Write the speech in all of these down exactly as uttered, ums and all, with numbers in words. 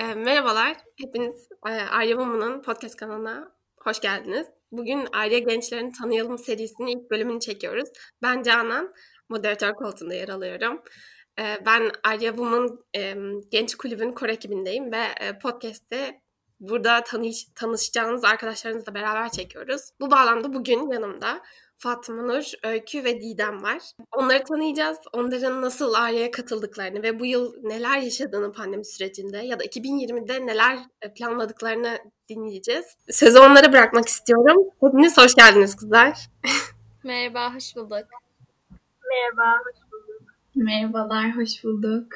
E, merhabalar, hepiniz e, Arya Woman'ın podcast kanalına hoş geldiniz. Bugün Arya Gençlerini Tanıyalım serisinin ilk bölümünü çekiyoruz. Ben Canan, moderatör koltuğunda yer alıyorum. E, ben Arya Woman e, Genç Kulübü'nün core ekibindeyim ve e, podcast'te burada tanış, tanışacağınız arkadaşlarınızla beraber çekiyoruz. Bu bağlamda bugün yanımda Fatma Nur, Öykü ve Didem var. Onları tanıyacağız. Onların nasıl Arya'ya katıldıklarını ve bu yıl neler yaşadığını pandemi sürecinde ya da iki bin yirmide neler planladıklarını dinleyeceğiz. Sözü onlara bırakmak istiyorum. Hepiniz hoş geldiniz kızlar. Merhaba, hoş bulduk. Merhaba, hoş bulduk. Merhabalar, hoş bulduk.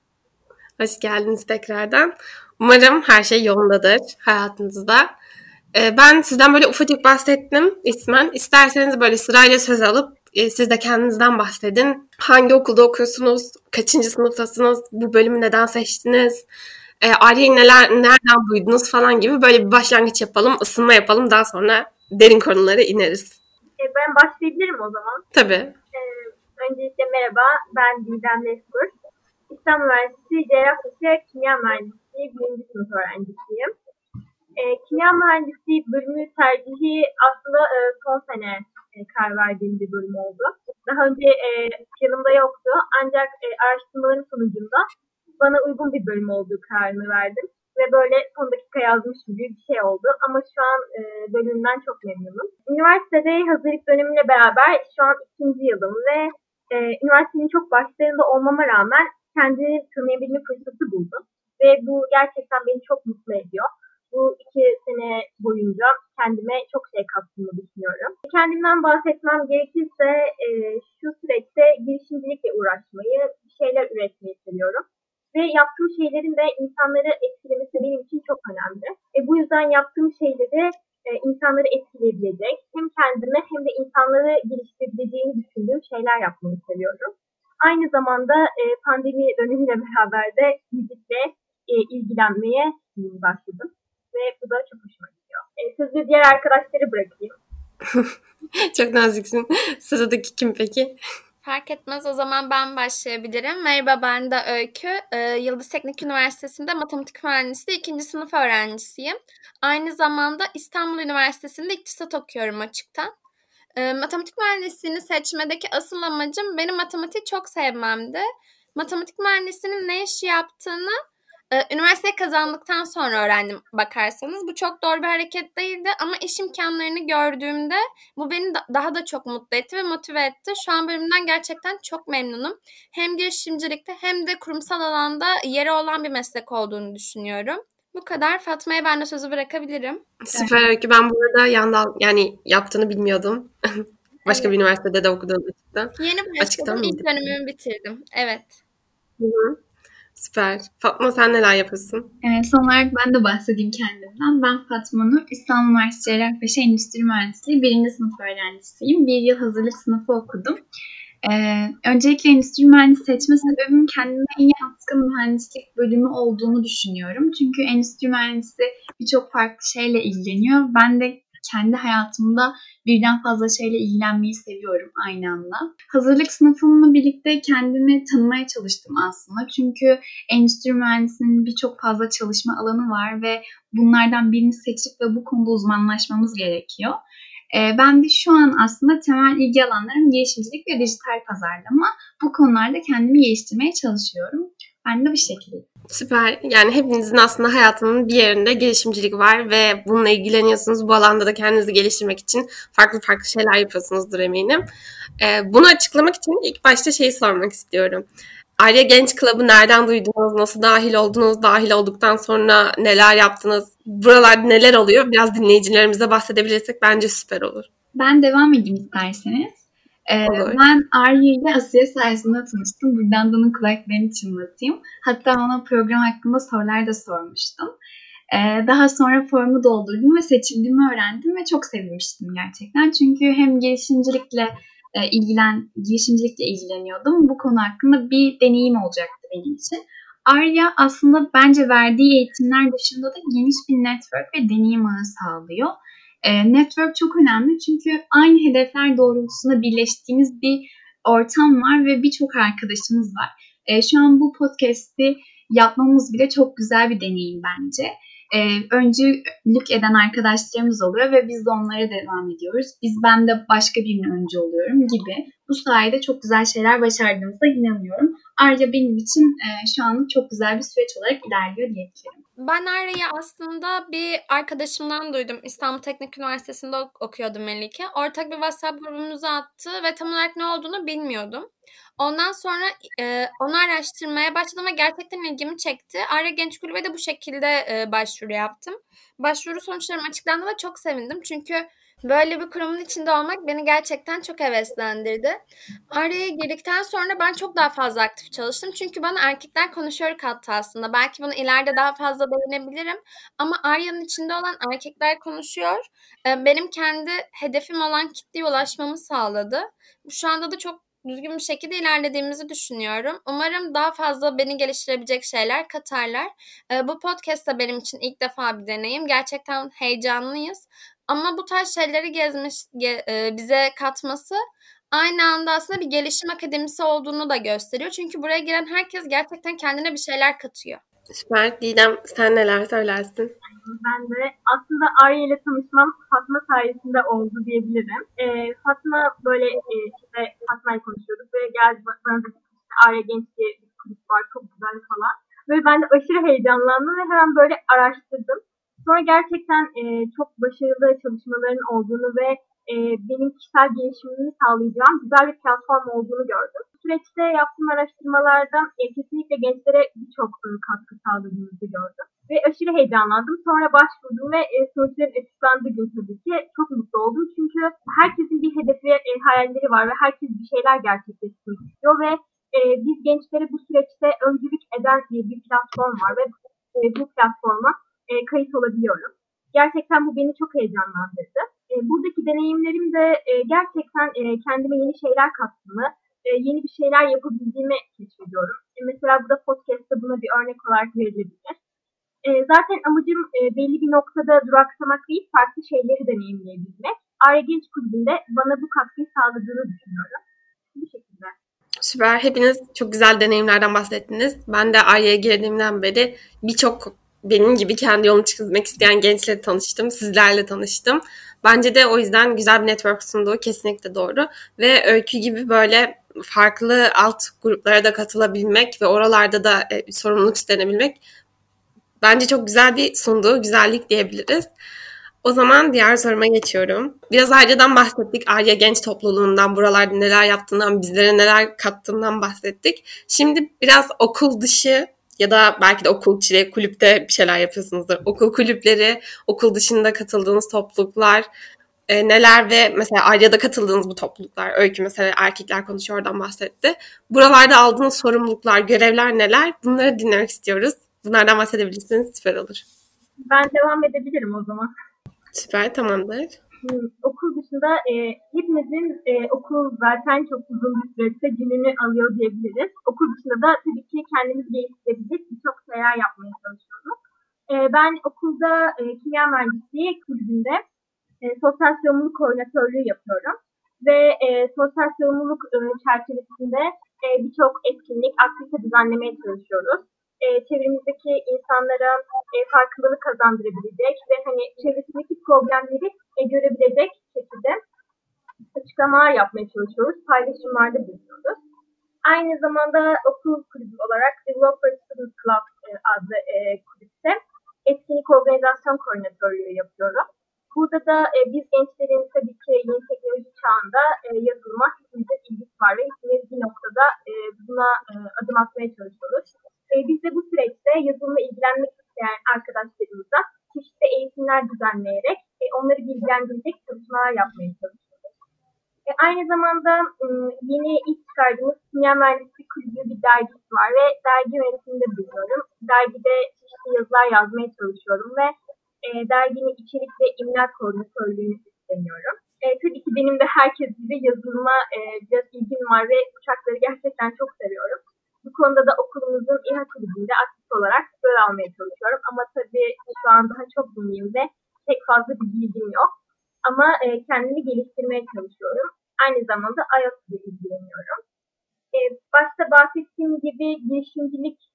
Hoş geldiniz tekrardan. Umarım her şey yolundadır hayatınızda. Ben sizden böyle ufacık bahsettim ismen. İsterseniz böyle sırayla söz alıp siz de kendinizden bahsedin. Hangi okulda okuyorsunuz? Kaçıncı sınıftasınız? Bu bölümü neden seçtiniz? Arya'yı neler, nereden duydunuz falan gibi böyle bir başlangıç yapalım, ısınma yapalım. Daha sonra derin konulara ineriz. E, ben başlayabilirim o zaman. Tabii. E, öncelikle merhaba, ben Didem Leskur. İstanbul Üniversitesi Cerrahpaşa Kimya Mühendisliği birinci sınıf öğrencisiyim. E, kimya mühendisliği bölümü tercihi aslında e, son sene e, karar verdiğim bir bölüm oldu. Daha önce e, yanımda yoktu ancak e, araştırmaların sonucunda bana uygun bir bölüm olduğu kararını verdim. Ve böyle son dakika yazmış gibi bir şey oldu. Ama şu an e, bölümden çok memnunum. Üniversitede hazırlık dönemimle beraber şu an ikinci yılım ve e, üniversitenin çok başlarında olmama rağmen kendini tanıyabilme fırsatı buldum. Ve bu gerçekten beni çok mutlu ediyor. Bu iki sene boyunca kendime çok şey kattığımı düşünüyorum. Kendimden bahsetmem gerekirse e, şu süreçte girişimcilikle uğraşmayı, bir şeyler üretmeyi seviyorum. Ve yaptığım şeylerin de insanları etkilemesi benim için çok önemli. E, bu yüzden yaptığım şeyleri e, insanları etkileyebilecek, hem kendime hem de insanları geliştirebileceğini düşündüğüm şeyler yapmayı seviyorum. Aynı zamanda e, pandemi dönemiyle beraber de müzikle e, ilgilenmeye başladım. Ve bu da çok hoşuma gidiyor. E, sözü diğer arkadaşlara bırakayım. Çok naziksin. Sıradaki kim peki? Fark etmez, o zaman ben başlayabilirim. Merhaba, ben de Öykü. Ee, Yıldız Teknik Üniversitesi'nde matematik mühendisliği ikinci sınıf öğrencisiyim. Aynı zamanda İstanbul Üniversitesi'nde iktisat okuyorum açıktan. Ee, matematik mühendisliğini seçmedeki asıl amacım benim matematiği çok sevmemdi. Matematik mühendisliğinin ne işi yaptığını e, üniversiteyi kazandıktan sonra öğrendim bakarsanız. Bu çok doğru bir hareket değildi ama iş imkanlarını gördüğümde bu beni da, daha da çok mutlu etti ve motive etti. Şu an bölümden gerçekten çok memnunum. Hem girişimcilikte hem de kurumsal alanda yeri olan bir meslek olduğunu düşünüyorum. Bu kadar. Fatma'ya ben de sözü bırakabilirim. Süper Öykü. Ben bu arada yandan yani yaptığını bilmiyordum. Başka Evet. bir üniversitede de okudum açıktan. Yeni Açıktan başladım. İlk mıydı? dönemimi bitirdim. Evet. Hı hı. Süper. Fatma sen neler yapıyorsun? Ee, son olarak ben de bahsedeyim kendimden. Ben Fatma Nur, İstanbul Üniversitesi Cerrahpaşa Endüstri Mühendisliği birinci sınıf öğrencisiyim. Bir yıl hazırlık sınıfı okudum. Ee, öncelikle endüstri mühendisi seçme sebebim kendime en yatkın mühendislik bölümü olduğunu düşünüyorum. Çünkü endüstri mühendisi birçok farklı şeyle ilgileniyor. Ben de kendi hayatımda birden fazla şeyle ilgilenmeyi seviyorum aynı anda. Hazırlık sınıfımla birlikte kendimi tanımaya çalıştım aslında. Çünkü endüstri mühendisinin birçok fazla çalışma alanı var ve bunlardan birini seçip ve bu konuda uzmanlaşmamız gerekiyor. Ben de şu an aslında temel ilgi alanlarım girişimcilik ve dijital pazarlama. Bu konularda kendimi geliştirmeye çalışıyorum. Ben de bu şekilde. Süper. Yani hepinizin aslında hayatının bir yerinde girişimcilik var ve bununla ilgileniyorsunuz. Bu alanda da kendinizi geliştirmek için farklı farklı şeyler yapıyorsunuzdur eminim. Ee, bunu açıklamak için ilk başta şeyi sormak istiyorum. Arya Genç Club'ı nereden duydunuz? Nasıl dahil oldunuz? Dahil olduktan sonra neler yaptınız? Buralarda neler oluyor? Biraz dinleyicilerimize bahsedebilirsek bence süper olur. Ben devam edeyim isterseniz. Ee, ben Arya ile Asiye sayesinde tanıştım. Buradan da onun kulaklarını çınlatayım. Hatta ona program hakkında sorular da sormuştum. Ee, daha sonra formu doldurdum ve seçildiğimi öğrendim ve çok sevinmiştim gerçekten. Çünkü hem girişimcilikle e, ilgilen, girişimcilikle ilgileniyordum. Bu konu hakkında bir deneyim olacaktı benim için. Arya aslında bence verdiği eğitimler dışında da geniş bir network ve deneyim ağı sağlıyor. E, network çok önemli çünkü aynı hedefler doğrultusunda birleştiğimiz bir ortam var ve birçok arkadaşımız var. E, şu an bu podcast'i yapmamız bile çok güzel bir deneyim bence. Ee, öncülük eden arkadaşlarımız oluyor ve biz de onlara devam ediyoruz. Biz ben de başka birine öncü oluyorum gibi. Bu sayede çok güzel şeyler başardığımıza inanıyorum. Arya benim için e, şu anlık çok güzel bir süreç olarak ilerliyor diyebilirim. Ben Arya'yı aslında bir arkadaşımdan duydum. İstanbul Teknik Üniversitesi'nde ok- okuyordu Melike. Ortak bir WhatsApp grubumuza attı ve tam olarak ne olduğunu bilmiyordum. Ondan sonra e, onu araştırmaya başladım ve gerçekten ilgimi çekti. Arya Genç Kulübe de bu şekilde e, başvuru yaptım. Başvuru sonuçlarım açıklandı ve çok sevindim. Çünkü böyle bir kurumun içinde olmak beni gerçekten çok heveslendirdi. Arya'ya girdikten sonra ben çok daha fazla aktif çalıştım. Çünkü bana erkekler konuşuyor kattı aslında. Belki bunu ileride daha fazla değinebilirim. Ama Arya'nın içinde olan erkekler konuşuyor. e, Benim kendi hedefim olan kitleye ulaşmamı sağladı. Şu anda da çok düzgün bir şekilde ilerlediğimizi düşünüyorum. Umarım daha fazla beni geliştirebilecek şeyler katarlar. E, Bu podcast da benim için ilk defa bir deneyim. Gerçekten heyecanlıyız. Ama bu tarz şeyleri gezmiş, ge- e, bize katması aynı anda aslında bir gelişim akademisi olduğunu da gösteriyor. Çünkü buraya giren herkes gerçekten kendine bir şeyler katıyor. Süper. Didem, sen neler söylersin? Ben de aslında Arya ile tanışmam Fatma sayesinde oldu diyebilirim. Ee, Fatma böyle e, işte Fatma ile konuşuyorduk ve geldi bana dedi ki işte Arya Genç diye bir kulüp var, çok güzel falan. Böyle ben de aşırı heyecanlandım ve hemen böyle araştırdım. Sonra gerçekten e, çok başarılı çalışmaların olduğunu ve e, benim kişisel gelişimimi sağlayacağım güzel bir platform olduğunu gördüm. Bu süreçte yaptığım araştırmalarda e, kesinlikle gençlere birçok e, katkı sağladığınızı gördüm. Ve aşırı heyecanlandım. Sonra başvurdum ve e, sonuçların açıklandığı gün tabii ki çok mutlu oldum. Çünkü herkesin bir hedefi, e, hayalleri var ve herkes bir şeyler gerçekleştirmek istiyor ve e, biz gençlere bu süreçte öncülük eden bir, bir platform var ve e, bu platforma e, kayıt olabiliyorum. Gerçekten bu beni çok heyecanlandırdı. E, buradaki deneyimlerim de e, gerçekten e, kendime yeni şeyler kattığımı, e, yeni bir şeyler yapabildiğimi keşfediyorum. E, mesela burada podcast'ta buna bir örnek olarak verilebilir. E, zaten amacım e, belli bir noktada duraksamak değil, farklı şeyleri deneyimleyebilmek. Arya Genç Kulübü'nde bana bu katkıyı sağladığını düşünüyorum. Bu şekilde. Süper. Hepiniz çok güzel deneyimlerden bahsettiniz. Ben de Arya'ya girdiğimden beri birçok benim gibi kendi yolunu çizmek isteyen gençle tanıştım. Sizlerle tanıştım. Bence de o yüzden güzel bir network sunduğu kesinlikle doğru. Ve Öykü gibi böyle farklı alt gruplara da katılabilmek ve oralarda da e, sorumluluk üstlenebilmek bence çok güzel bir sunduğu güzellik diyebiliriz. O zaman diğer soruma geçiyorum. Biraz Arya'dan bahsettik. Arya Genç Topluluğundan, buralarda neler yaptığından, bizlere neler kattığından bahsettik. Şimdi biraz okul dışı ya da belki de okul içi kulüpte bir şeyler yapıyorsunuzdur. Okul kulüpleri, okul dışında katıldığınız topluluklar e, neler ve mesela Arya'da katıldığınız bu topluluklar, Öykü mesela erkekler konuşuyor oradan bahsetti. Buralarda aldığınız sorumluluklar, görevler neler? Bunları dinlemek istiyoruz. Bunlardan bahsedebilirsiniz, süper olur. Ben devam edebilirim o zaman. Süper, tamamdır. Hmm, okul dışında e, hepimizin e, okul zaten çok uzun bir süreçte gününü alıyor diyebiliriz. Okul dışında da tabii ki kendimizi geliştirebilecek birçok şeyler yapmaya çalışıyoruz. E, ben okulda e, kimya mühendisliği kulübünde e, sosyal sorumluluk koordinatörlüğü yapıyorum. Ve e, sosyal sorumluluk e, çerçevesinde e, birçok etkinlik, aktivite düzenlemeye çalışıyoruz. E, çevremizdeki insanlara e, farkındalık kazandırabilecek ve hani çevresindeki problemleri e, görebilecek şekilde açıklamalar yapmaya çalışıyoruz, paylaşımlarda bulunuyoruz. Aynı zamanda okul kulübü olarak Developer Student Club e, adlı e, kulüpte etkinlik organizasyon koordinatörlüğü yapıyorum. Burada da e, biz gençlerin tabii ki yeni teknoloji çağında e, yazılıma hepimizin ilgisi var ve hepimiz bir noktada e, buna e, adım atmaya çalışıyoruz. E, biz de bu süreçte yazılımla ilgilenmek isteyen arkadaşlarımıza çeşitli eğitimler düzenleyerek e, onları bilgilendirecek çalışmalar yapmaya çalışıyoruz. E, aynı zamanda e, yeni ilk çıkardığımız Kimya Mühendisliği Kulübü bir dergisi var ve dergi yönetiminde bulunuyorum. Dergide çeşitli yazılar yazmaya çalışıyorum ve e, derginin içerik ve imla koordinatörlüğünü üstleniyorum. E, tabii ki benim de herkes gibi yazılıma e, biraz ilgim var ve uçakları gerçekten çok seviyorum. Bu konuda da okulumuzun İHA kulübünde aktif olarak rol almaya çalışıyorum. Ama tabii şu an daha çok yeniyim ve pek fazla bir bilgim yok. Ama e, kendimi geliştirmeye çalışıyorum. Aynı zamanda I E L T S ile ilgileniyorum. E, başta bahsettiğim gibi girişimcilik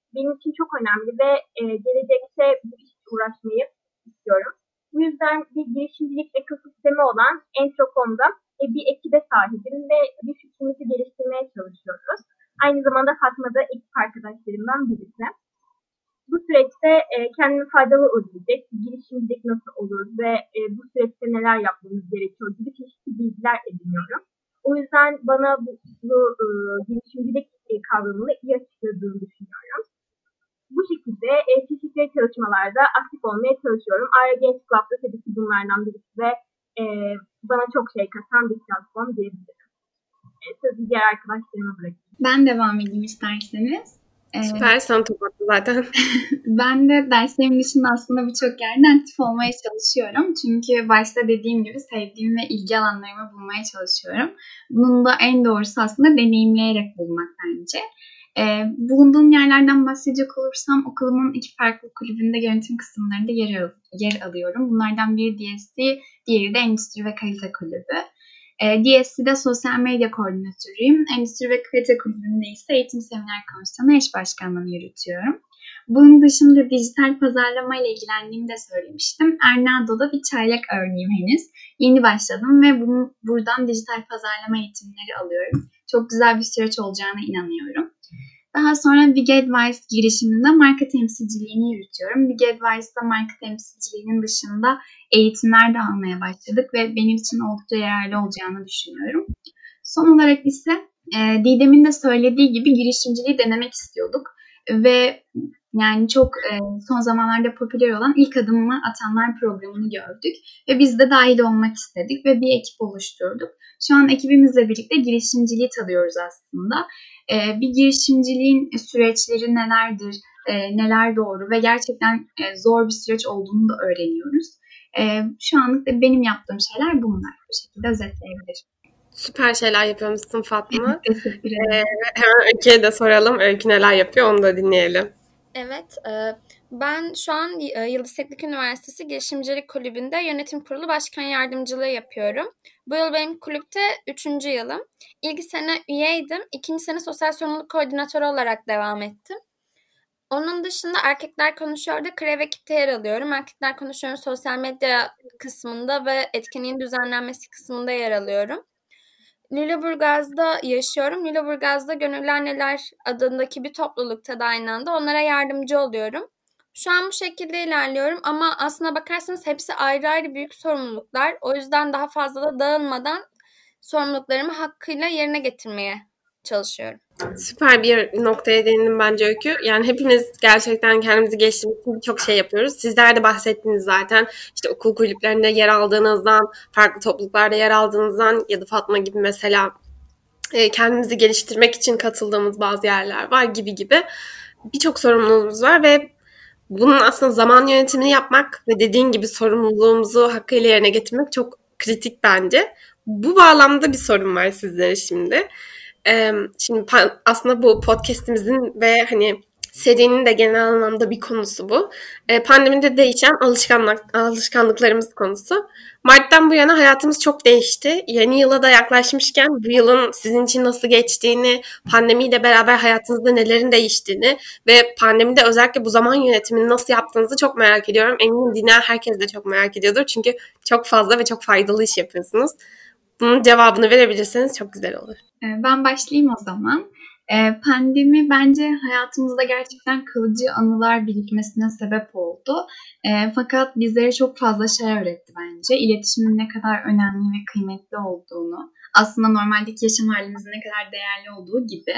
benim için çok önemli ve e, gelecekte bu işle uğraşmayı istiyorum. Bu yüzden bir girişimcilik ekosistemi olan Entro.com'da e, bir ekibe sahibim ve bir fikrimizi geliştirmeye çalışıyoruz. Aynı zamanda Fatma da ekip arkadaşlarımdan birisi. Bu süreçte e, kendime faydalı olabilecek, girişimcilik nasıl olur ve e, bu süreçte neler yapmamız gerekiyor gibi çeşitli bilgiler ediniyorum. O yüzden bana bu, bu e, girişimcilik e, kavramını iyi açıkladığını düşünüyorum. Bu şekilde e, çeşitli çalışmalarda aktif olmaya çalışıyorum. Arya Genç Club'da tabii ki bunlardan birisi ve e, bana çok şey katan bir platform diyebilirim. E, sözü diğer arkadaşlarıma bırakayım. Ben devam edeyim isterseniz. Süper, sen toplattı zaten. Ben de derslerimin dışında aslında birçok yerde aktif olmaya çalışıyorum. Çünkü başta dediğim gibi sevdiğim ve ilgi alanlarımı bulmaya çalışıyorum. Bunun da en doğrusu aslında deneyimleyerek bulmak bence. Ee, bulunduğum yerlerden bahsedecek olursam okulumun iki farklı kulübünde yönetim kısımlarında yer, al- yer alıyorum. Bunlardan biri D S C, diğeri de Endüstri ve Kalite Kulübü. E, D S C'de sosyal medya koordinatörüyüm. Endüstri ve Kalite Kulübü'nde ise eğitim seminer komisyonu eş başkanlığını yürütüyorum. Bunun dışında dijital pazarlama ile ilgilendiğimi de söylemiştim. Ernado'da bir çaylak örneğim henüz. Yeni başladım ve bunu, buradan dijital pazarlama eğitimleri alıyorum. Çok güzel bir süreç olacağına inanıyorum. Daha sonra Big Advice girişiminde marka temsilciliğini yürütüyorum. Big Advice'da marka temsilciliğinin dışında eğitimler de almaya başladık ve benim için oldukça yararlı olacağını düşünüyorum. Son olarak ise e, Didem'in de söylediği gibi girişimciliği denemek istiyorduk ve yani çok e, son zamanlarda popüler olan İlk Adımı Atanlar programını gördük ve biz de dahil olmak istedik ve bir ekip oluşturduk. Şu an ekibimizle birlikte girişimciliği tadıyoruz aslında. E, bir girişimciliğin süreçleri nelerdir, e, neler doğru ve gerçekten e, zor bir süreç olduğunu da öğreniyoruz. E, şu anlık da benim yaptığım şeyler bunlar. Bu şekilde özetleyebilirim. Süper şeyler yapıyormuşsun Fatma. Teşekkür ederim. Ee, hemen Öykü'ye de soralım. Öykü neler yapıyor, onu da dinleyelim. Evet, ben şu an Yıldız Teknik Üniversitesi Girişimcilik Kulübü'nde yönetim kurulu başkan yardımcılığı yapıyorum. Bu yıl benim kulüpte üçüncü yılım. İlk sene üyeydim. İkinci sene sosyal sorumluluk koordinatörü olarak devam ettim. Onun dışında Erkekler Konuşuyor'da krev ekipte yer alıyorum. Erkekler Konuşuyor'un sosyal medya kısmında ve etkinliğin düzenlenmesi kısmında yer alıyorum. Lüleburgaz'da yaşıyorum. Lüleburgaz'da Gönüllü Anneler adındaki bir toplulukta da aynı anda onlara yardımcı oluyorum. Şu an bu şekilde ilerliyorum ama aslına bakarsanız hepsi ayrı ayrı büyük sorumluluklar. O yüzden daha fazla da dağılmadan sorumluluklarımı hakkıyla yerine getirmeye çalışıyorum. Süper bir noktaya değindim bence Öykü. Yani hepimiz gerçekten kendimizi geliştirmek için birçok şey yapıyoruz. Sizler de bahsettiniz zaten. İşte okul kulüplerinde yer aldığınızdan, farklı topluluklarda yer aldığınızdan ya da Fatma gibi mesela e, kendimizi geliştirmek için katıldığımız bazı yerler var gibi gibi. Birçok sorumluluğumuz var ve bunun aslında zaman yönetimini yapmak ve dediğin gibi sorumluluğumuzu hakkıyla yerine getirmek çok kritik bence. Bu bağlamda bir sorum var sizlere şimdi. Ee, şimdi aslında bu podcast'imizin ve hani serinin de genel anlamda bir konusu bu. Ee, pandemide değişen alışkanlık, alışkanlıklarımız konusu. Mart'tan bu yana hayatımız çok değişti. Yeni yıla da yaklaşmışken bu yılın sizin için nasıl geçtiğini, pandemiyle beraber hayatınızda nelerin değiştiğini ve pandemide özellikle bu zaman yönetimini nasıl yaptığınızı çok merak ediyorum. Eminim dinleyen herkes de çok merak ediyordur. Çünkü çok fazla ve çok faydalı iş yapıyorsunuz. Bunun cevabını verebilirseniz çok güzel olur. Ben başlayayım o zaman. Pandemi bence hayatımızda gerçekten kalıcı anılar birikmesine sebep oldu. Fakat bizlere çok fazla şey öğretti bence. İletişimin ne kadar önemli ve kıymetli olduğunu, aslında normaldeki yaşam halimizin ne kadar değerli olduğu gibi.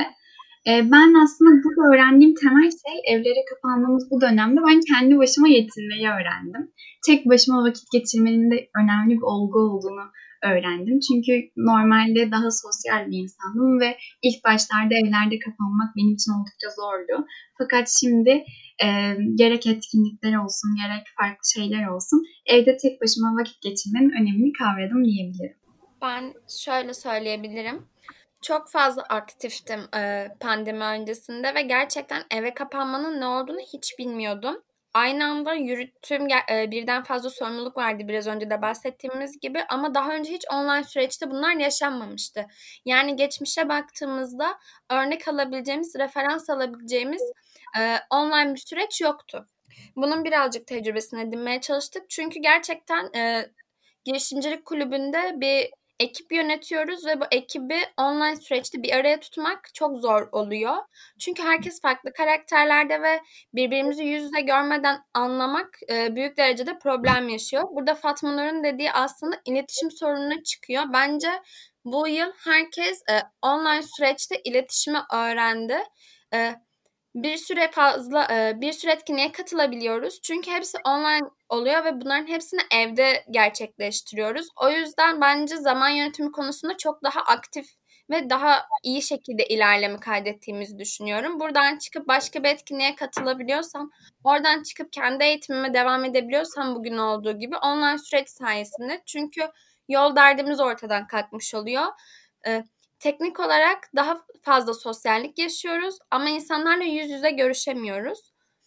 Ben aslında burada öğrendiğim temel şey, evlere kapandığımız bu dönemde ben kendi başıma yetinmeyi öğrendim. Tek başıma vakit geçirmenin de önemli bir olgu olduğunu öğrendim. Çünkü normalde daha sosyal bir insandım ve ilk başlarda evlerde kapanmak benim için oldukça zordu. Fakat şimdi e, gerek etkinlikler olsun, gerek farklı şeyler olsun, evde tek başıma vakit geçirmenin önemini kavradım diyebilirim. Ben şöyle söyleyebilirim. Çok fazla aktiftim e, pandemi öncesinde ve gerçekten eve kapanmanın ne olduğunu hiç bilmiyordum. Aynı anda yürüttüğüm e, birden fazla sorumluluk vardı biraz önce de bahsettiğimiz gibi ama daha önce hiç online süreçte bunlar yaşanmamıştı. Yani geçmişe baktığımızda örnek alabileceğimiz, referans alabileceğimiz e, online bir süreç yoktu. Bunun birazcık tecrübesini edinmeye çalıştık. Çünkü gerçekten e, girişimcilik kulübünde bir ekip yönetiyoruz ve bu ekibi online süreçte bir araya tutmak çok zor oluyor. Çünkü herkes farklı karakterlerde ve birbirimizi yüz yüze görmeden anlamak e, büyük derecede problem yaşıyor. Burada Fatma Nur'un dediği aslında iletişim sorununa çıkıyor. Bence bu yıl herkes e, online süreçte iletişimi öğrendi. E, bir süre fazla e, bir sürü etkinliğe katılabiliyoruz. Çünkü hepsi online oluyor ve bunların hepsini evde gerçekleştiriyoruz. O yüzden bence zaman yönetimi konusunda çok daha aktif ve daha iyi şekilde ilerleme kaydettiğimizi düşünüyorum. Buradan çıkıp başka bir etkinliğe katılabiliyorsam, oradan çıkıp kendi eğitimime devam edebiliyorsam bugün olduğu gibi online süreç sayesinde. Çünkü yol derdimiz ortadan kalkmış oluyor. Ee, Teknik olarak daha fazla sosyallik yaşıyoruz ama insanlarla yüz yüze görüşemiyoruz.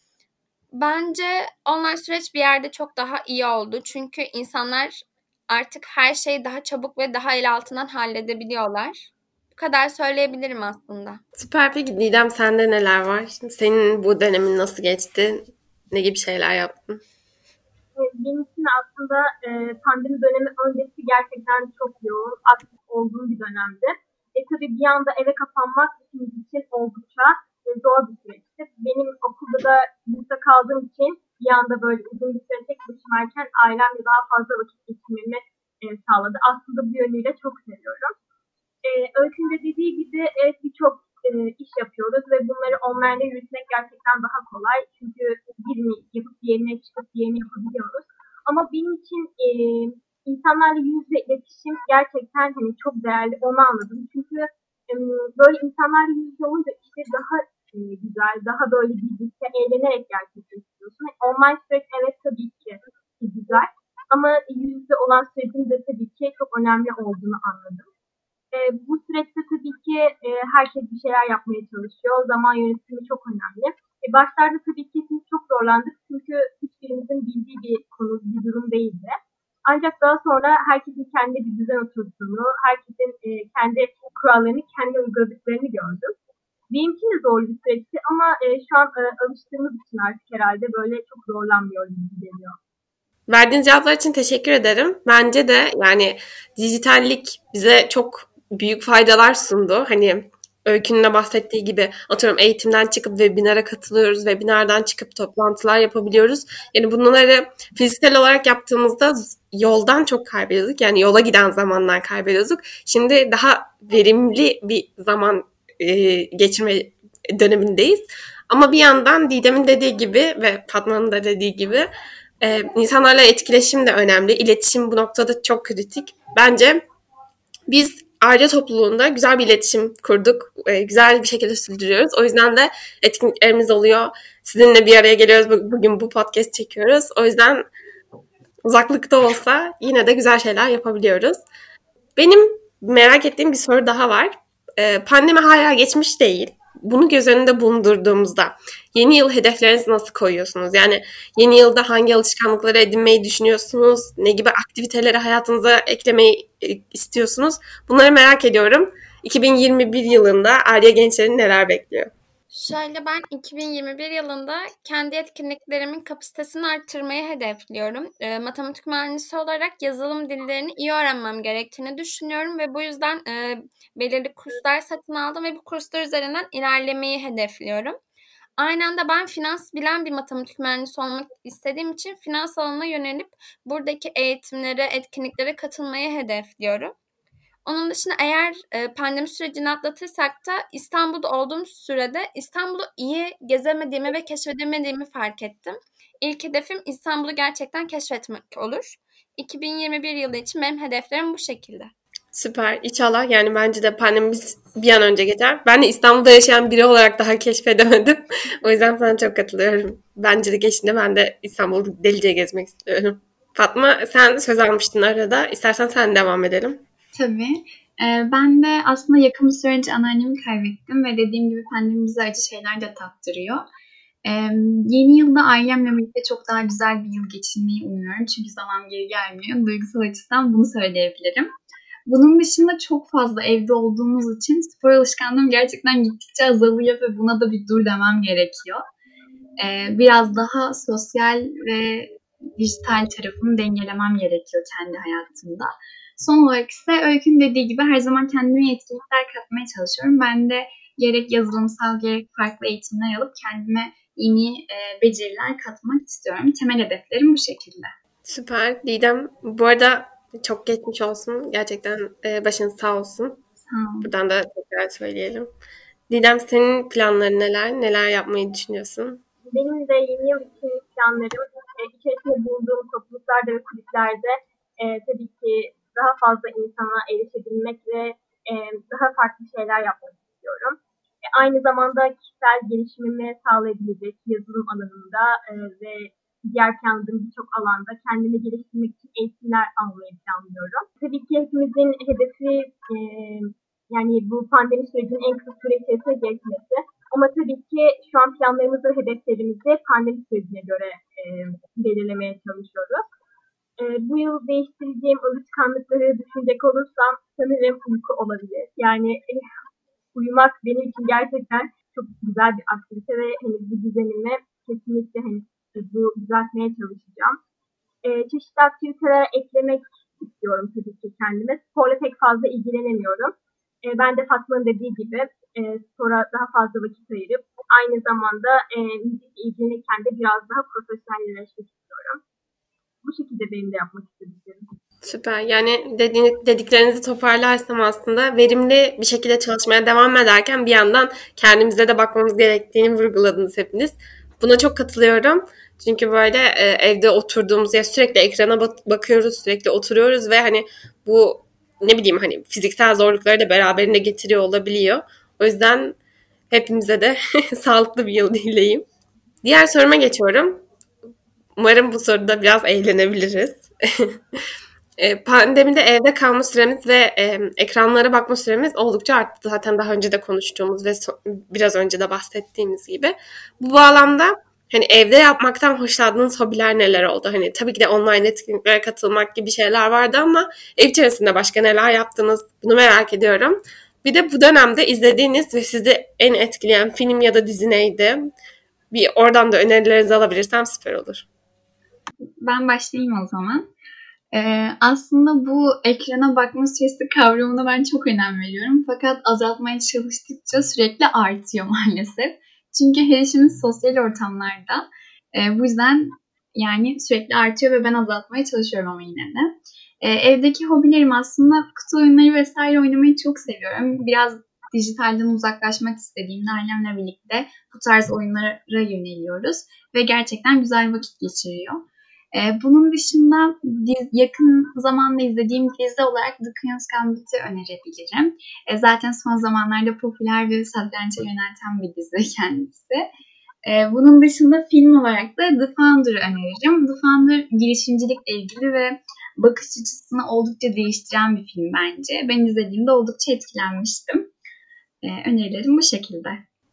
Bence online süreç bir yerde çok daha iyi oldu. Çünkü insanlar artık her şeyi daha çabuk ve daha el altından halledebiliyorlar. Bu kadar söyleyebilirim aslında. Süper. Peki Didem, sende neler var? Senin bu dönemin nasıl geçti? Ne gibi şeyler yaptın? Benim için aslında e, pandemi dönemi öncesi gerçekten çok yoğun, aktif olduğum bir dönemdi. E tabii bir anda eve kapanmak ikimiz için oldukça e, zor bir süreçti. Benim okulda da yurtta kaldığım için bir anda böyle uzun bir süre tek başımayken ailemle daha fazla vakit geçirmemi e, sağladı. Aslında bu yönüyle çok seviyorum. E, Öykü'nün de dediği gibi evet birçok e, iş yapıyoruz ve bunları online'da yürütmek gerçekten daha kolay. Çünkü birini yapıp diğerine çıkıp diğerini yapabiliyoruz. Ama benim için e, insanlarla yüz yüze iletişim gerçekten hani çok değerli, onu anladım. Çünkü e, böyle insanlarla yüz yüze olunca işte daha e, güzel, daha böyle birlikte eğlenerek gerçekleştiriyorsun. Online süreç evet tabii ki güzel ama yüz yüze olan sürecin de tabii ki çok önemli olduğunu anladım. E, bu süreçte tabii ki e, herkes bir şeyler yapmaya çalışıyor. Zaman yönetimi çok önemli. E, başlarda tabii ki hepimiz çok zorlandık çünkü hiçbirimizin bildiği bir konu, bir durum değildi. Ancak daha sonra herkesin kendi bir düzen oturttuğunu, herkesin e, kendi kurallarını kendi uyguladıklarını gördüm. Benim için de zor bir süreçti ama e, şu an e, alıştığımız için artık herhalde böyle çok zorlanmıyoruz gibi geliyor. Verdiğiniz cevaplar için teşekkür ederim. Bence de yani dijitallik bize çok büyük faydalar sundu. Hani Öykü'nün de bahsettiği gibi atıyorum eğitimden çıkıp webinara katılıyoruz. Webinardan çıkıp toplantılar yapabiliyoruz. Yani bunları fiziksel olarak yaptığımızda yoldan çok kaybediyorduk. Yani yola giden zamandan kaybediyorduk. Şimdi daha verimli bir zaman e, geçirme dönemindeyiz. Ama bir yandan Didem'in dediği gibi ve Fatma'nın da dediği gibi ee, insanlarla etkileşim de önemli. İletişim bu noktada çok kritik. Bence biz aile topluluğunda güzel bir iletişim kurduk. Ee, güzel bir şekilde sürdürüyoruz. O yüzden de etkinliklerimiz oluyor. Sizinle bir araya geliyoruz. Bugün bu podcast çekiyoruz. O yüzden uzaklıkta olsa yine de güzel şeyler yapabiliyoruz. Benim merak ettiğim bir soru daha var. Ee, pandemi hala geçmiş değil. Bunu göz önünde bulundurduğumuzda yeni yıl hedeflerinizi nasıl koyuyorsunuz? Yani yeni yılda hangi alışkanlıkları edinmeyi düşünüyorsunuz? Ne gibi aktiviteleri hayatınıza eklemeyi istiyorsunuz? Bunları merak ediyorum. iki bin yirmi bir yılında Arya gençlerin neler bekliyor? Şöyle ben iki bin yirmi bir yılında kendi etkinliklerimin kapasitesini arttırmayı hedefliyorum. E, matematik mühendisi olarak yazılım dillerini iyi öğrenmem gerektiğini düşünüyorum ve bu yüzden e, belirli kurslar satın aldım ve bu kurslar üzerinden ilerlemeyi hedefliyorum. Aynı anda ben finans bilen bir matematik mühendisi olmak istediğim için finans alanına yönelip buradaki eğitimlere, etkinliklere katılmayı hedefliyorum. Onun dışında eğer e, pandemi sürecini atlatırsak da İstanbul'da olduğum sürede İstanbul'u iyi gezemediğimi ve keşfedemediğimi fark ettim. İlk hedefim İstanbul'u gerçekten keşfetmek olur. iki bin yirmi bir yılı için benim hedeflerim bu şekilde. Süper. İnşallah yani bence de pandemimiz bir an önce geçer. Ben de İstanbul'da yaşayan biri olarak daha keşfedemedim. O yüzden sana çok katılıyorum. Bence de geçtiğinde ben de İstanbul'u delice gezmek istiyorum. Fatma, sen söz almıştın arada. İstersen sen devam edelim. Tabii. Ee, ben de aslında yakın bir süre önce anneannemi kaybettim ve dediğim gibi pandemi bize acı şeyler de tattırıyor. Ee, yeni yılda ailemle birlikte çok daha güzel bir yıl geçirmeyi umuyorum. Çünkü zaman geri gelmiyor. Duygusal açıdan bunu söyleyebilirim. Bunun dışında çok fazla evde olduğumuz için spor alışkanlığım gerçekten gittikçe azalıyor ve buna da bir dur demem gerekiyor. Ee, biraz daha sosyal ve dijital tarafımı dengelemem gerekiyor kendi hayatımda. Son olarak ise Öykü'nün dediği gibi her zaman kendime yetkinlikler katmaya çalışıyorum. Ben de gerek yazılımsal gerek farklı eğitimler alıp kendime yeni e, beceriler katmak istiyorum. Temel hedeflerim bu şekilde. Süper. Didem, bu arada çok geçmiş olsun. Gerçekten e, başınız sağ olsun. Sağ olun. Buradan da tekrar söyleyelim. Didem, senin planların neler? Neler yapmayı düşünüyorsun? Benim de yeni yıl için planlarım e, içerisinde bulunduğum topluluklarda ve kulüplerde e, tabii ki daha fazla insana erişebilmek ve e, daha farklı şeyler yapmak istiyorum. E, aynı zamanda kişisel gelişimimi sağlayabilecek yazılım alanında e, ve diğer planladığım birçok alanda kendimi geliştirmek için eğitimler almayı planlıyorum. Tabii ki hepimizin hedefi e, yani bu pandemi sürecinin en kısa süre içerisinde geçmesi. Ama tabii ki şu an planlarımızı ve hedeflerimizi pandemi sürecine göre e, belirlemeye çalışıyoruz. E, bu yıl değiştireceğim alışkanlıkları düşünecek olursam sanırım uyku olabilir. Yani e, uyumak benim için gerçekten çok güzel bir aktivite ve hani bu düzenimi kesinlikle hani bu düzeltmeye çalışacağım. E, çeşitli aktiviteler eklemek istiyorum tabii ki kendime. Sporla pek fazla ilgilenemiyorum. E, ben de Fatma'nın dediği gibi e, spora daha fazla vakit ayırıp aynı zamanda e, müzikle ilgilenirken de biraz daha profesyonelleşmek istiyorum. Bu şekilde benim de yapmak istediklerim. Süper. Yani dediğin, dediklerinizi toparlarsam aslında verimli bir şekilde çalışmaya devam ederken bir yandan kendimize de bakmamız gerektiğini vurguladınız hepiniz. Buna çok katılıyorum. Çünkü böyle e, evde oturduğumuz ya sürekli ekrana bak- bakıyoruz, sürekli oturuyoruz ve hani bu ne bileyim hani fiziksel zorlukları da beraberinde getiriyor olabiliyor. O yüzden hepimize de sağlıklı bir yıl dileyim. Diğer soruma geçiyorum. Umarım bu soruda biraz eğlenebiliriz. E, Pandemide evde kalma süremiz ve e, ekranlara bakma süremiz oldukça arttı. Zaten daha önce de konuştuğumuz ve so- biraz önce de bahsettiğimiz gibi. Bu bağlamda hani evde yapmaktan hoşlandığınız hobiler neler oldu? Hani tabii ki de online etkinliklere katılmak gibi şeyler vardı ama ev içerisinde başka neler yaptınız? Bunu merak ediyorum. Bir de bu dönemde izlediğiniz ve sizi en etkileyen film ya da dizi neydi? Bir oradan da önerilerinizi alabilirsem süper olur. Ben başlayayım o zaman. Ee, aslında bu ekrana bakma süresi kavramına ben çok önem veriyorum. Fakat azaltmaya çalıştıkça sürekli artıyor maalesef. Çünkü her işimiz sosyal ortamlarda. Ee, bu yüzden yani sürekli artıyor ve ben azaltmaya çalışıyorum ama yine de. Ee, evdeki hobilerim aslında kutu oyunları vesaire oynamayı çok seviyorum. Biraz dijitalden uzaklaşmak istediğimde ailemle birlikte bu tarz oyunlara yöneliyoruz. Ve gerçekten güzel vakit geçiriyor. Ee, bunun dışında diz, yakın zamanda izlediğim dizi olarak The Queen's Gambit'i önerebilirim. Ee, zaten son zamanlarda popüler ve satranca yönelten bir dizi kendisi. Ee, bunun dışında film olarak da The Founder'ı öneririm. The Founder girişimcilikle ilgili ve bakış açısını oldukça değiştiren bir film bence. Ben izlediğimde oldukça etkilenmiştim. Ee, önerilerim bu şekilde.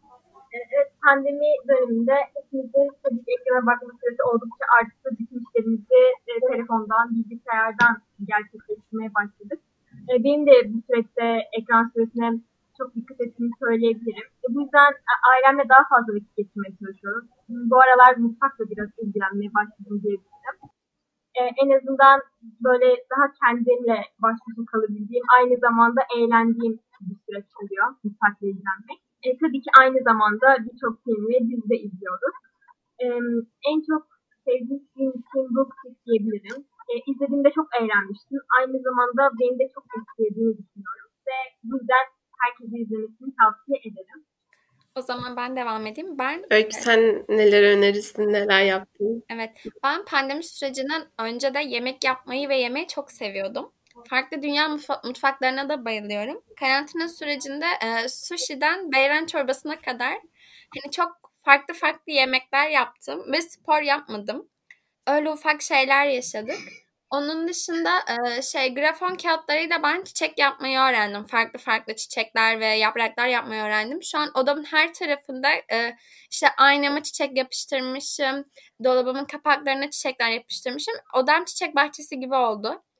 Evet, pandemi döneminde hepimizin tabii ki ekrana bakma süresi oldukça arttı. Bütün işlerimizi e, telefondan, bilgisayardan gerçekleştirmeye başladık. E, benim de bu süreçte ekran süresine çok dikkat ettiğimi söyleyebilirim. E, bu yüzden ailemle daha fazla vakit geçirmeye çalışıyorum. Bu aralar mutfakla biraz ilgilenmeye başladım diyebilirim. E, en azından böyle daha kendimle baş başa kalabildiğim, aynı zamanda eğlendiğim bir süreç oluyor mutfakla ilgilenmek. E, tabii ki aynı zamanda birçok film ve dizi de izliyoruz. E, en çok sevdiğim film Teen Book diyebilirim. E, izlediğimde çok eğlenmiştim. Aynı zamanda beni de çok etkilediğini düşünüyorum. Ve bu yüzden herkese izlemesini tavsiye ederim. O zaman ben devam edeyim. Ben Öykü, sen neler önerirsin, neler yaptın? Evet, ben pandemi sürecinden önce de yemek yapmayı ve yemeyi çok seviyordum. Farklı dünya mutfa- mutfaklarına da bayılıyorum. Karantina sürecinde e, sushi'den beyran çorbasına kadar hani çok farklı farklı yemekler yaptım ve spor yapmadım. Öyle ufak şeyler yaşadık. Onun dışında e, şey grafon kağıtlarıyla ben çiçek yapmayı öğrendim. Farklı farklı çiçekler ve yapraklar yapmayı öğrendim. Şu an odamın her tarafında e, işte aynama çiçek yapıştırmışım. Dolabımın kapaklarına çiçekler yapıştırmışım. Odam çiçek bahçesi gibi oldu.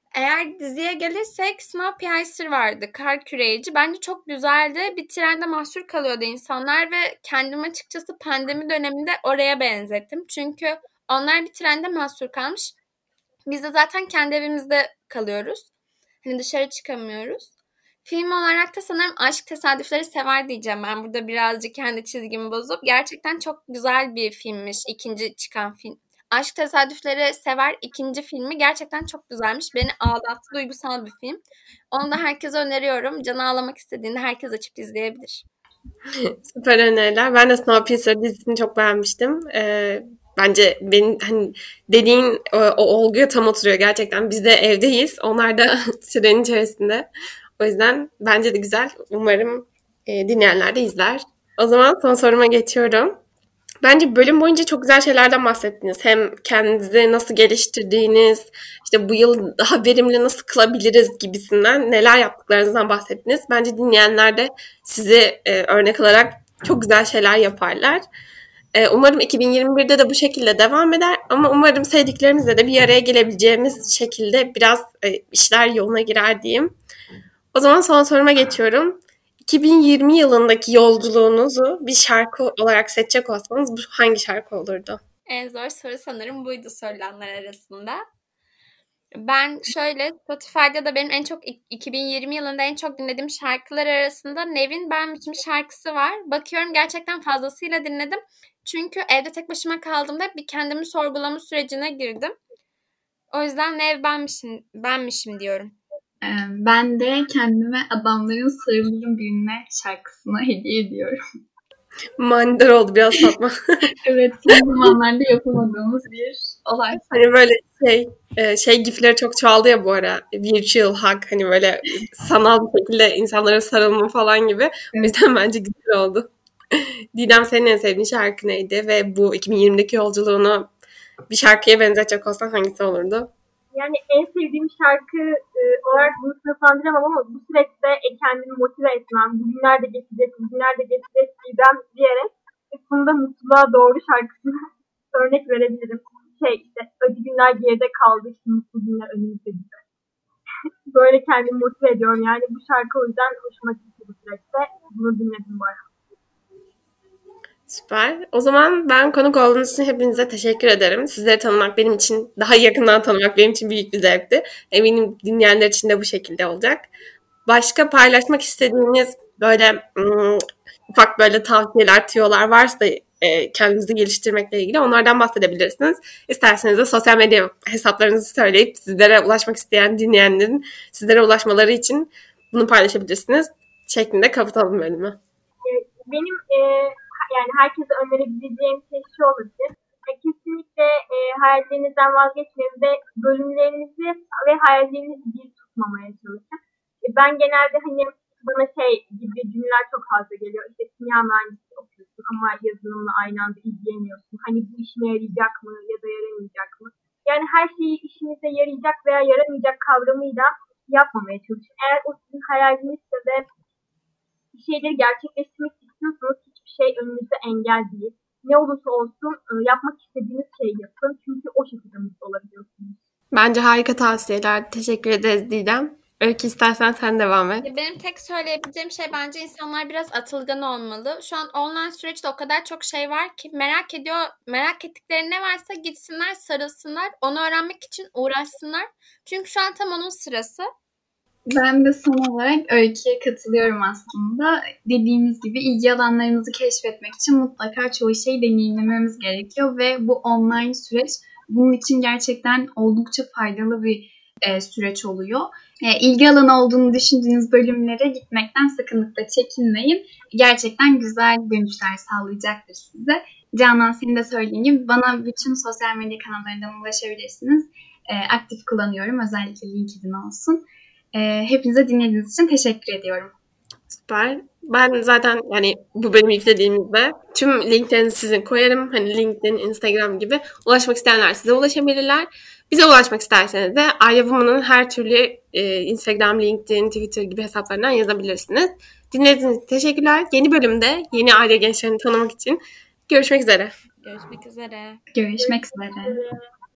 Eğer diziye gelirsek Snowpiercer vardı. Kar Küreyici. Bence çok güzeldi. Bir trende mahsur kalıyordu insanlar ve kendimi açıkçası pandemi döneminde oraya benzettim. Çünkü onlar bir trende mahsur kalmış. Biz de zaten kendi evimizde kalıyoruz. Hani dışarı çıkamıyoruz. Film olarak da sanırım Aşk Tesadüfleri Sever diyeceğim. Ben burada birazcık kendi çizgimi bozup. Gerçekten çok güzel bir filmmiş ikinci çıkan film. Aşk Tesadüfleri Sever ikinci filmi gerçekten çok güzelmiş. Beni ağlattı, duygusal bir film. Onu da herkese öneriyorum. Canı ağlamak istediğinde herkes açıp izleyebilir. Süper öneriler. Ben de Snowpiercer dizisini çok beğenmiştim. Ee, bence benim hani dediğin o, o olguya tam oturuyor gerçekten. Biz de evdeyiz. Onlar da sürenin içerisinde. O yüzden bence de güzel. Umarım e, dinleyenler de izler. O zaman son soruma geçiyorum. Bence bölüm boyunca çok güzel şeylerden bahsettiniz. Hem kendinizi nasıl geliştirdiğiniz, işte bu yıl daha verimli nasıl kılabiliriz gibisinden neler yaptıklarınızdan bahsettiniz. Bence dinleyenler de sizi e, örnek alarak çok güzel şeyler yaparlar. E, umarım iki bin yirmi birde de bu şekilde devam eder. Ama umarım sevdiklerimizle de bir araya gelebileceğimiz şekilde biraz e, işler yoluna girer diyeyim. O zaman son soruma geçiyorum. iki bin yirmi yılındaki yolculuğunuzu bir şarkı olarak seçecek olsanız bu hangi şarkı olurdu? En zor soru sanırım buydu sorulanlar arasında. Ben şöyle Spotify'da da benim en çok iki bin yirmi yılında en çok dinlediğim şarkılar arasında Nevin Benmişim şarkısı var. Bakıyorum gerçekten fazlasıyla dinledim. Çünkü evde tek başıma kaldığımda bir kendimi sorgulama sürecine girdim. O yüzden Nev benmişim, benmişim diyorum. Ben de kendime Adamların Sarılırım Birine şarkısını hediye ediyorum. Manidar oldu biraz Fatma. Evet, son zamanlarda yapamadığımız bir olay. Hani böyle şey şey gifleri çok çoğaldı ya bu ara. Virtual hug, hani böyle sanal bir şekilde insanlara sarılma falan gibi. Evet. O yüzden bence güzel oldu. Didem, senin en sevdiğin şarkı neydi? Ve bu iki bin yirmideki yolculuğunu bir şarkıya benzetecek olsan hangisi olurdu? Yani en sevdiğim şarkı e, olarak bunu sınıflandıramam ama bu süreçte e, kendimi motive etmem, bugünler de geçecek, bugünler de geçecek diyeceğim diyerek sonunda mutluluğa doğru şarkısına örnek verebilirim. Şey işte acı günler geride kaldı, şimdi mutlu günler önümüzde gibi. Böyle kendimi motive ediyorum. Yani bu şarkı o yüzden hoşuma gitti bu süreçte. Bunu dinledim bu ara. Süper. O zaman ben konuk olduğunuz için hepinize teşekkür ederim. Sizleri tanımak benim için, daha yakından tanımak benim için büyük bir zevkti. Eminim dinleyenler için de bu şekilde olacak. Başka paylaşmak istediğiniz böyle ım, ufak böyle tavsiyeler, tüyolar varsa e, kendinizi geliştirmekle ilgili onlardan bahsedebilirsiniz. İsterseniz de sosyal medya hesaplarınızı söyleyip sizlere ulaşmak isteyen dinleyenlerin sizlere ulaşmaları için bunu paylaşabilirsiniz şeklinde kapatalım bölümü. Benim e, yani herkese önerebileceğim şey şu olabilir. E, kesinlikle e, hayallerinizden vazgeçmeyin ve bölümlerinizi ve hayallerinizi bir tutmamaya çalışın. E, ben genelde hani bana şey gibi cümleler çok fazla geliyor. İşte kimya mühendisliği okuyorsun ama yazılımla aynı anda ilgileniyorsun. Hani bu işine yarayacak mı ya da yaramayacak mı? Yani her şeyi işinize yarayacak veya yaramayacak kavramıyla yapmamaya çalışın. Eğer o sizin hayalinizse ve bir şeyleri gerçekleştirmek istiyorsanız hiçbir şey önünüzde engel değil. Ne olursa olsun yapmak istediğiniz şeyi yapın. Çünkü o şekilde mutlu olabiliyorsunuz. Bence harika tavsiyeler. Teşekkür ederiz Didem. Öykü, istersen sen devam et. Benim tek söyleyebileceğim şey bence insanlar biraz atılgan olmalı. Şu an online süreçte o kadar çok şey var ki merak ediyor, merak ettikleri ne varsa gitsinler, sarılsınlar. Onu öğrenmek için uğraşsınlar. Çünkü şu an tam onun sırası. Ben de son olarak Öykü'ye katılıyorum aslında. Dediğimiz gibi ilgi alanlarımızı keşfetmek için mutlaka çoğu şeyi deneyimlememiz gerekiyor ve bu online süreç bunun için gerçekten oldukça faydalı bir e, süreç oluyor. E, ilgi alanı olduğunu düşündüğünüz bölümlere gitmekten sakınlıkla çekinmeyin. Gerçekten güzel dönüşler sağlayacaktır size. Canan, senin de söylediğin gibi bana bütün sosyal medya kanallarından ulaşabilirsiniz. E, aktif kullanıyorum. Özellikle LinkedIn olsun. E, hepinize dinlediğiniz için teşekkür ediyorum. Süper. Ben zaten yani bu bölümü yüklediğimizde tüm linklerinizi sizin koyarım. Hani LinkedIn, Instagram gibi ulaşmak isteyenler size ulaşabilirler. Bize ulaşmak isterseniz de Arya Woman'ın her türlü e, Instagram, LinkedIn, Twitter gibi hesaplarından yazabilirsiniz. Dinlediğiniz için teşekkürler. Yeni bölümde yeni Arya gençlerini tanımak için görüşmek üzere. Görüşmek üzere. Görüşmek üzere.